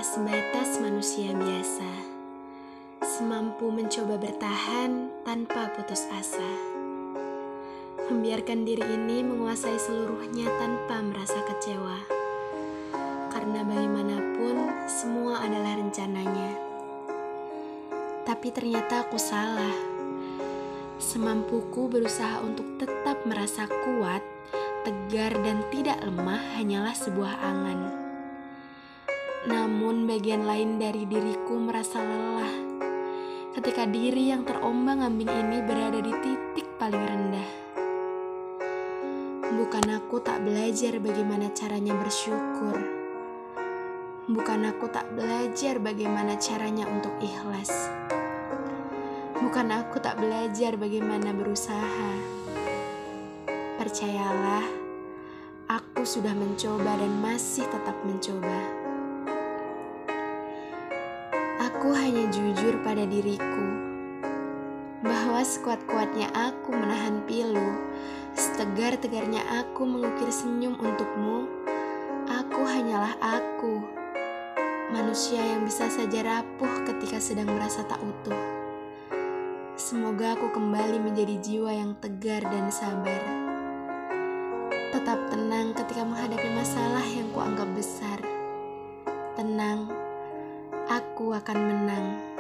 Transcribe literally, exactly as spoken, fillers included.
sebatas manusia biasa, semampu mencoba bertahan tanpa putus asa. Membiarkan diri ini menguasai seluruhnya tanpa merasa kecewa. Karena bagaimanapun, semua adalah rencananya. Tapi ternyata aku salah. Semampuku berusaha untuk tetap merasa kuat, tegar, dan tidak lemah hanyalah sebuah angan. Namun bagian lain dari diriku merasa lelah ketika diri yang terombang-ambing ini berada di titik paling rendah. Bukan aku tak belajar bagaimana caranya bersyukur. Bukan aku tak belajar bagaimana caranya untuk ikhlas. Bukan aku tak belajar bagaimana berusaha. Percayalah, aku sudah mencoba dan masih tetap mencoba. Aku hanya jujur pada diriku bahwa sekuat-kuatnya aku menahan pilu, setegar-tegarnya aku mengukir senyum untukmu, aku hanyalah aku, manusia yang bisa saja rapuh ketika sedang merasa tak utuh. Semoga aku kembali menjadi jiwa yang tegar dan sabar. Tetap tenang ketika menghadapi masalah yang kuanggap besar. Tenang, aku akan menang.